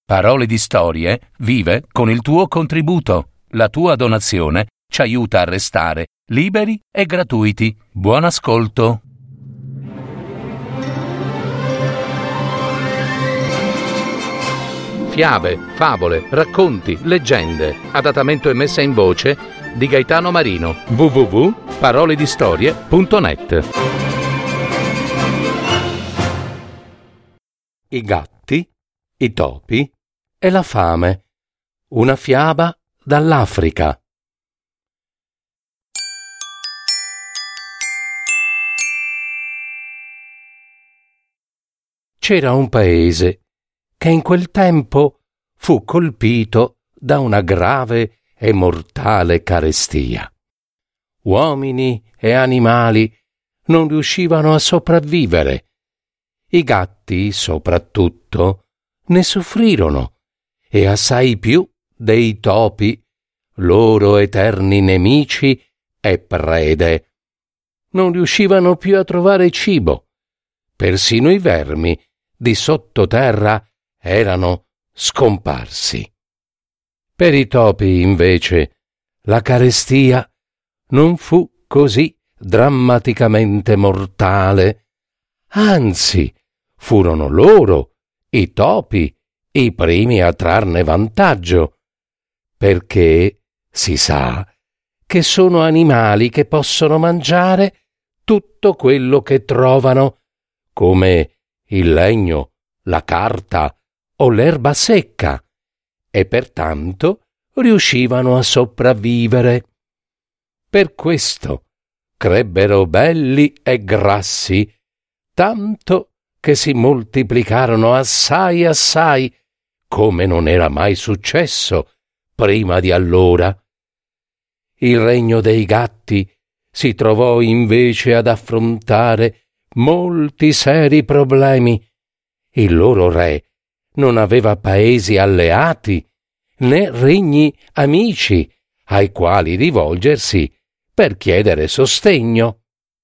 Parole di Storie vive con il tuo contributo. La tua donazione ci aiuta a restare liberi e gratuiti. Buon ascolto. Fiabe, favole, racconti, leggende. Adattamento e messa in voce di Gaetano Marino. www.paroledistorie.net. I gatti, i topi e la fame. Una fiaba dall'Africa. C'era un paese che in quel tempo fu colpito da una grave e mortale carestia. Uomini e animali non riuscivano a sopravvivere. I gatti, soprattutto, ne soffrirono, e assai più dei topi, loro eterni nemici e prede. Non riuscivano più a trovare cibo. Persino i vermi di sottoterra erano scomparsi. Per i topi, invece, la carestia non fu così drammaticamente mortale. Anzi, furono loro, i topi, i primi a trarne vantaggio, perché si sa che sono animali che possono mangiare tutto quello che trovano, come il legno, la carta o l'erba secca, e pertanto riuscivano a sopravvivere. Per questo crebbero belli e grassi, tanto che si moltiplicarono assai, come non era mai successo prima di allora. Il regno dei gatti si trovò invece ad affrontare molti seri problemi. Il loro re non aveva paesi alleati, né regni amici ai quali rivolgersi per chiedere sostegno.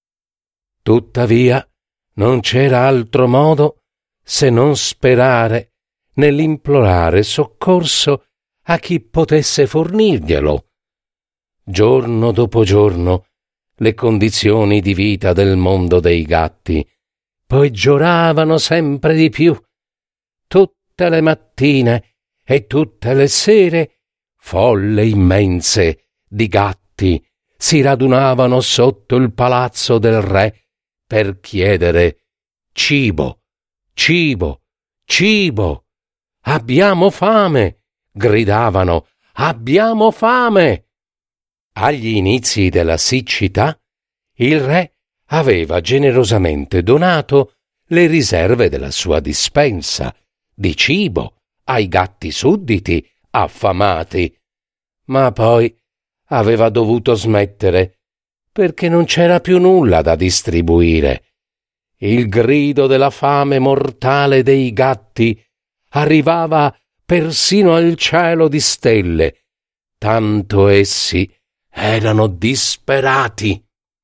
Tuttavia, non c'era altro modo se non sperare nell'implorare soccorso a chi potesse fornirglielo. Giorno dopo giorno, le condizioni di vita del mondo dei gatti peggioravano sempre di più. Tutte le mattine e tutte le sere, folle immense di gatti si radunavano sotto il palazzo del re per chiedere cibo, cibo, cibo. Abbiamo fame, gridavano, abbiamo fame. Agli inizi della siccità, il re aveva generosamente donato le riserve della sua dispensa di cibo ai gatti sudditi affamati, ma poi aveva dovuto smettere perché non c'era più nulla da distribuire. Il grido della fame mortale dei gatti arrivava persino al cielo di stelle, tanto essi erano disperati.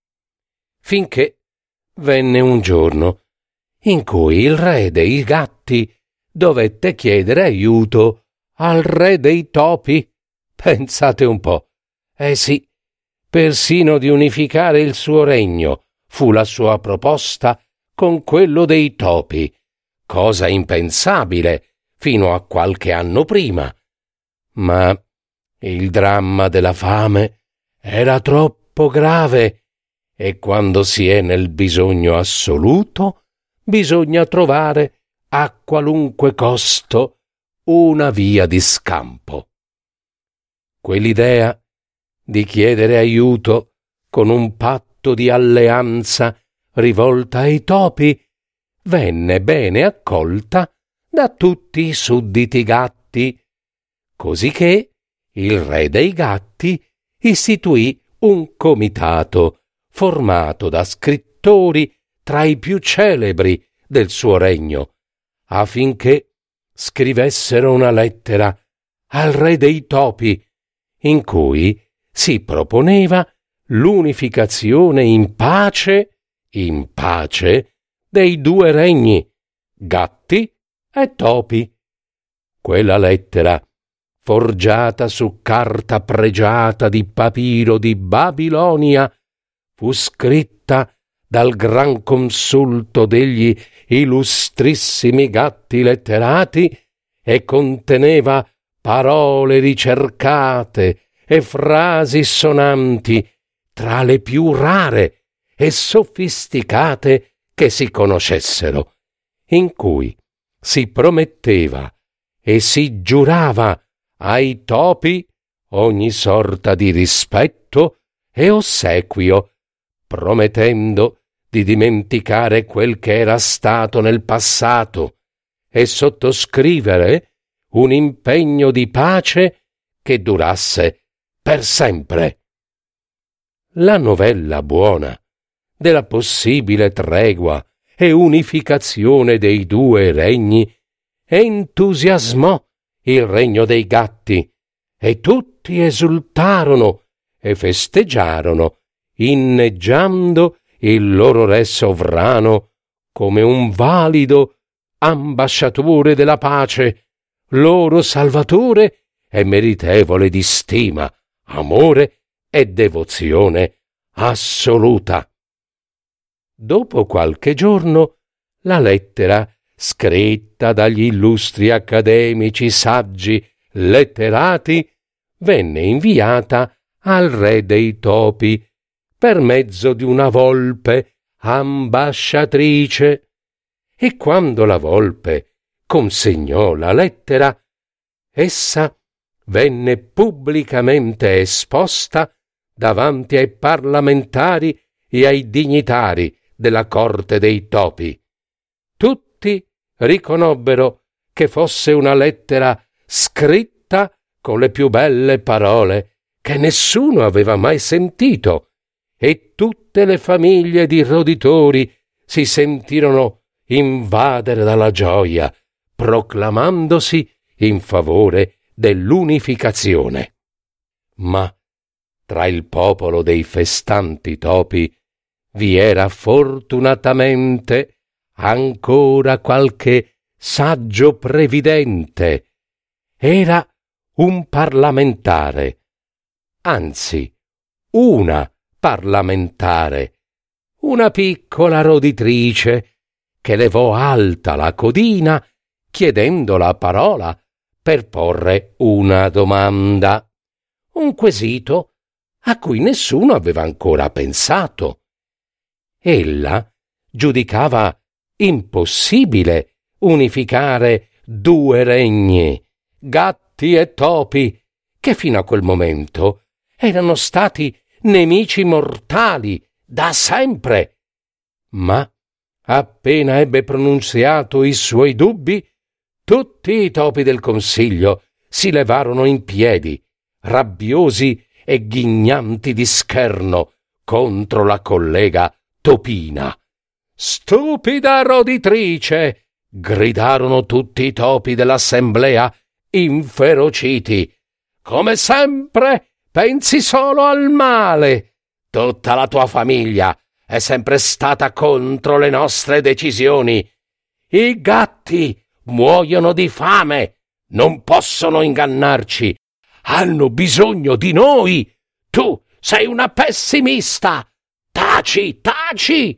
Finché venne un giorno in cui il re dei gatti dovette chiedere aiuto al re dei topi. Pensate un po'. Sì, persino di unificare il suo regno fu la sua proposta con quello dei topi, cosa impensabile fino a qualche anno prima. Ma il dramma della fame era troppo grave, e quando si è nel bisogno assoluto bisogna trovare a qualunque costo una via di scampo. Quell'idea di chiedere aiuto con un patto di alleanza rivolta ai topi venne bene accolta da tutti i sudditi gatti, cosicché il re dei gatti istituì un comitato formato da scrittori tra i più celebri del suo regno, affinché scrivessero una lettera al re dei topi in cui si proponeva l'unificazione in pace dei due regni, gatti e topi. Quella lettera, forgiata su carta pregiata di papiro di Babilonia, fu scritta dal gran consulto degli illustrissimi gatti letterati e conteneva parole ricercate e frasi sonanti tra le più rare e sofisticate che si conoscessero, in cui si prometteva e si giurava ai topi ogni sorta di rispetto e ossequio, promettendo di dimenticare quel che era stato nel passato e sottoscrivere un impegno di pace che durasse per sempre. La novella buona della possibile tregua e unificazione dei due regni entusiasmò il regno dei gatti e tutti esultarono e festeggiarono, inneggiando il loro re sovrano come un valido ambasciatore della pace, loro salvatore e meritevole di stima, amore e devozione assoluta. Dopo qualche giorno, la lettera, scritta dagli illustri accademici saggi letterati, venne inviata al re dei topi per mezzo di una volpe ambasciatrice, e quando la volpe consegnò la lettera, essa venne pubblicamente esposta davanti ai parlamentari e ai dignitari della corte dei topi. Tutti riconobbero che fosse una lettera scritta con le più belle parole che nessuno aveva mai sentito, e tutte le famiglie di roditori si sentirono invadere dalla gioia, proclamandosi in favore dell'unificazione. Ma tra il popolo dei festanti topi vi era fortunatamente ancora qualche saggio previdente. Era un parlamentare, anzi una parlamentare, una piccola roditrice che levò alta la codina chiedendo la parola per porre una domanda, un quesito a cui nessuno aveva ancora pensato. Ella giudicava impossibile unificare due regni, gatti e topi, che fino a quel momento erano stati nemici mortali da sempre. Ma appena ebbe pronunziato i suoi dubbi, tutti i topi del consiglio si levarono in piedi, rabbiosi e ghignanti di scherno contro la collega topina. «Stupida roditrice!» gridarono tutti i topi dell'assemblea, inferociti. «Come sempre pensi solo al male. Tutta la tua famiglia è sempre stata contro le nostre decisioni. I gatti muoiono di fame, non possono ingannarci. Hanno bisogno di noi. Tu sei una pessimista. Taci, taci!»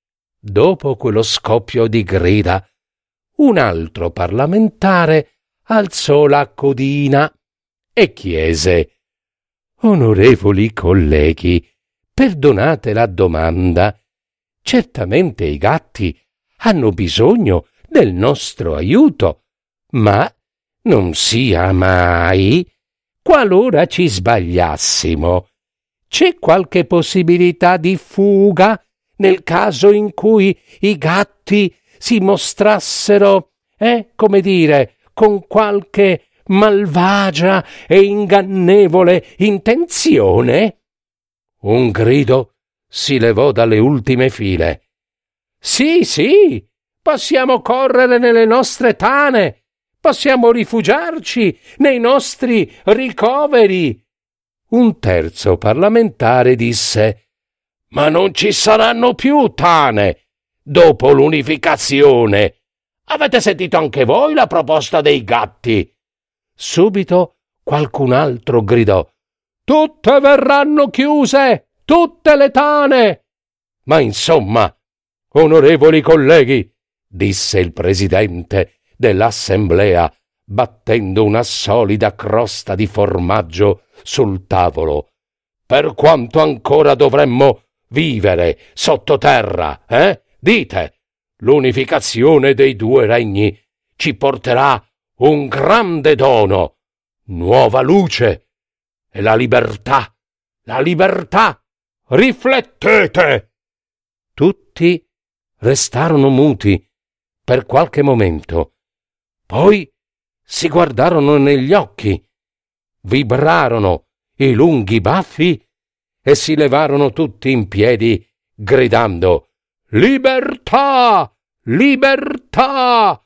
Dopo quello scoppio di grida, un altro parlamentare alzò la codina e chiese: «Onorevoli colleghi, perdonate la domanda. Certamente i gatti hanno bisogno del nostro aiuto, ma non sia mai, qualora ci sbagliassimo, c'è qualche possibilità di fuga nel caso in cui i gatti si mostrassero, come dire, con qualche malvagia e ingannevole intenzione?» Un grido si levò dalle ultime file. «Sì, sì, possiamo correre nelle nostre tane, possiamo rifugiarci nei nostri ricoveri». Un terzo parlamentare disse: «Ma non ci saranno più tane dopo l'unificazione. Avete sentito anche voi la proposta dei gatti? Subito qualcun altro gridò: tutte verranno chiuse, tutte le tane! Ma insomma, onorevoli colleghi, disse il presidente dell'assemblea, battendo una solida crosta di formaggio sul tavolo, per quanto ancora dovremmo vivere sottoterra, Dite, l'unificazione dei due regni ci porterà un grande dono, nuova luce e la libertà, riflettete! Tutti restarono muti per qualche momento, poi si guardarono negli occhi, vibrarono i lunghi baffi e si levarono tutti in piedi gridando: libertà! Libertà!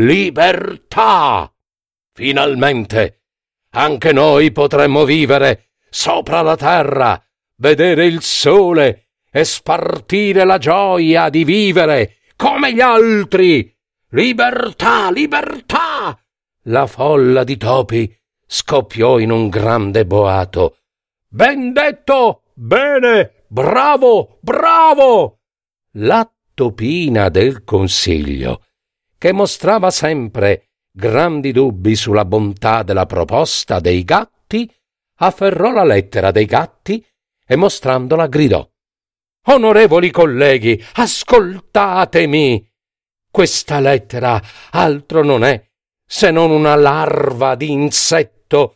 Libertà! Finalmente anche noi potremmo vivere sopra la terra, vedere il sole e spartire la gioia di vivere come gli altri. Libertà! Libertà! La folla di topi scoppiò in un grande boato. Ben detto! Bene! Bravo! Bravo! La topina del consiglio, che mostrava sempre grandi dubbi sulla bontà della proposta dei gatti, afferrò la lettera dei gatti e mostrandola gridò: onorevoli colleghi, ascoltatemi! Questa lettera altro non è se non una larva di insetto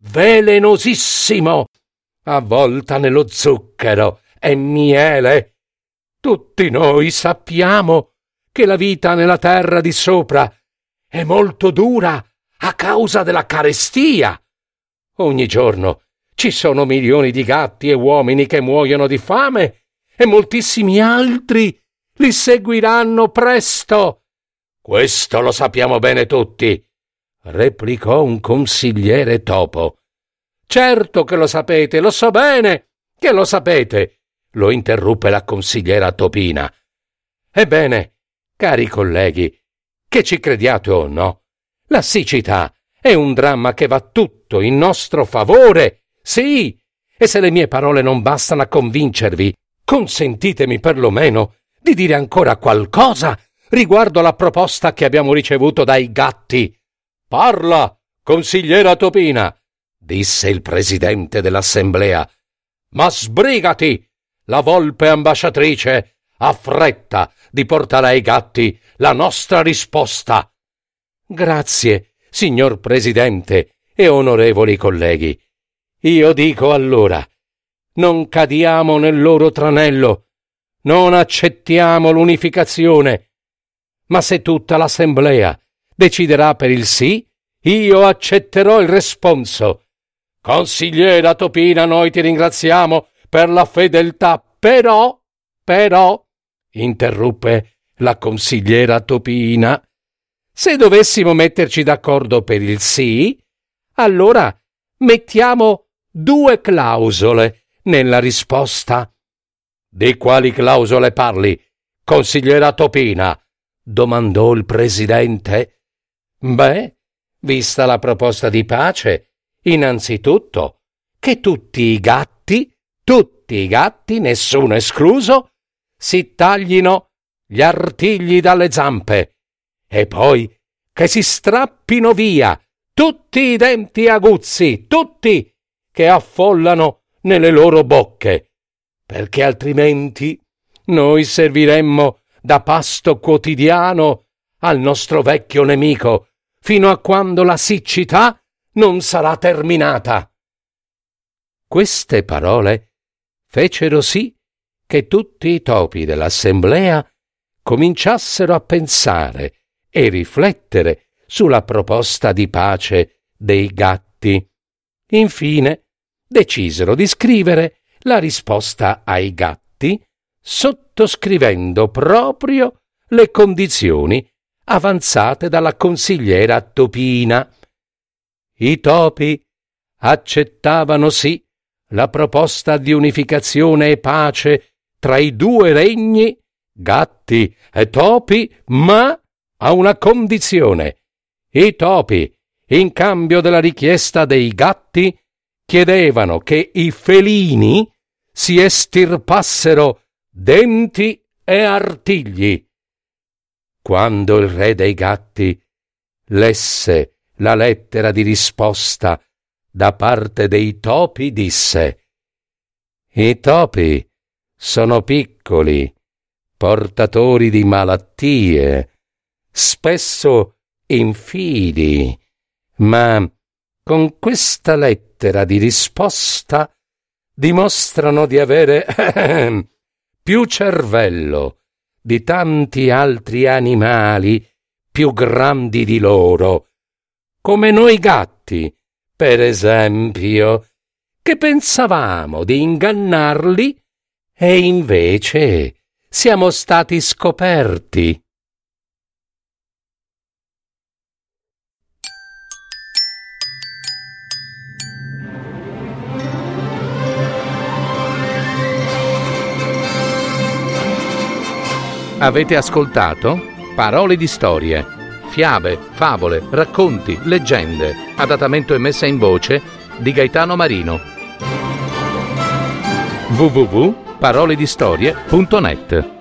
velenosissimo, avvolta nello zucchero e miele. Tutti noi sappiamo che la vita nella terra di sopra è molto dura a causa della carestia. Ogni giorno ci sono milioni di gatti e uomini che muoiono di fame e moltissimi altri li seguiranno presto. Questo lo sappiamo bene tutti, replicò un consigliere topo. Certo che lo sapete, lo so bene che lo sapete, lo interruppe la consigliera topina. Ebbene, cari colleghi, che ci crediate o no, la siccità è un dramma che va tutto in nostro favore, sì, e se le mie parole non bastano a convincervi, consentitemi perlomeno di dire ancora qualcosa riguardo alla proposta che abbiamo ricevuto dai gatti. Parla, consigliera topina, disse il presidente dell'assemblea. Ma sbrigati! La volpe ambasciatrice ha fretta di portare ai gatti la nostra risposta. Grazie, signor presidente e onorevoli colleghi. Io dico allora, non cadiamo nel loro tranello, non accettiamo l'unificazione, ma se tutta l'assemblea deciderà per il sì, io accetterò il responso. Consigliera topina, noi ti ringraziamo per la fedeltà, però, interruppe la consigliera topina, se dovessimo metterci d'accordo per il sì, allora mettiamo 2 clausole nella risposta. Di quali clausole parli, consigliera topina? Domandò il presidente. Beh, vista la proposta di pace, innanzitutto che tutti i gatti, nessuno escluso, si taglino gli artigli dalle zampe e poi che si strappino via tutti i denti aguzzi, tutti, che affollano nelle loro bocche, perché altrimenti noi serviremmo da pasto quotidiano al nostro vecchio nemico fino a quando la siccità non sarà terminata. Queste parole fecero sì che tutti i topi dell'assemblea cominciassero a pensare e riflettere sulla proposta di pace dei gatti. Infine decisero di scrivere la risposta ai gatti, sottoscrivendo proprio le condizioni avanzate dalla consigliera topina. I topi accettavano sì la proposta di unificazione e pace tra i 2 regni, gatti e topi, ma a una condizione. I topi, in cambio della richiesta dei gatti, chiedevano che i felini si estirpassero denti e artigli. Quando il re dei gatti lesse la lettera di risposta da parte dei topi, disse: «I topi sono piccoli, portatori di malattie, spesso infidi, ma con questa lettera di risposta dimostrano di avere più cervello di tanti altri animali più grandi di loro, come noi gatti, per esempio, che pensavamo di ingannarli e invece siamo stati scoperti». Avete ascoltato Parole di storie, fiabe, favole, racconti, leggende, adattamento e messa in voce di Gaetano Marino. www.paroledistorie.net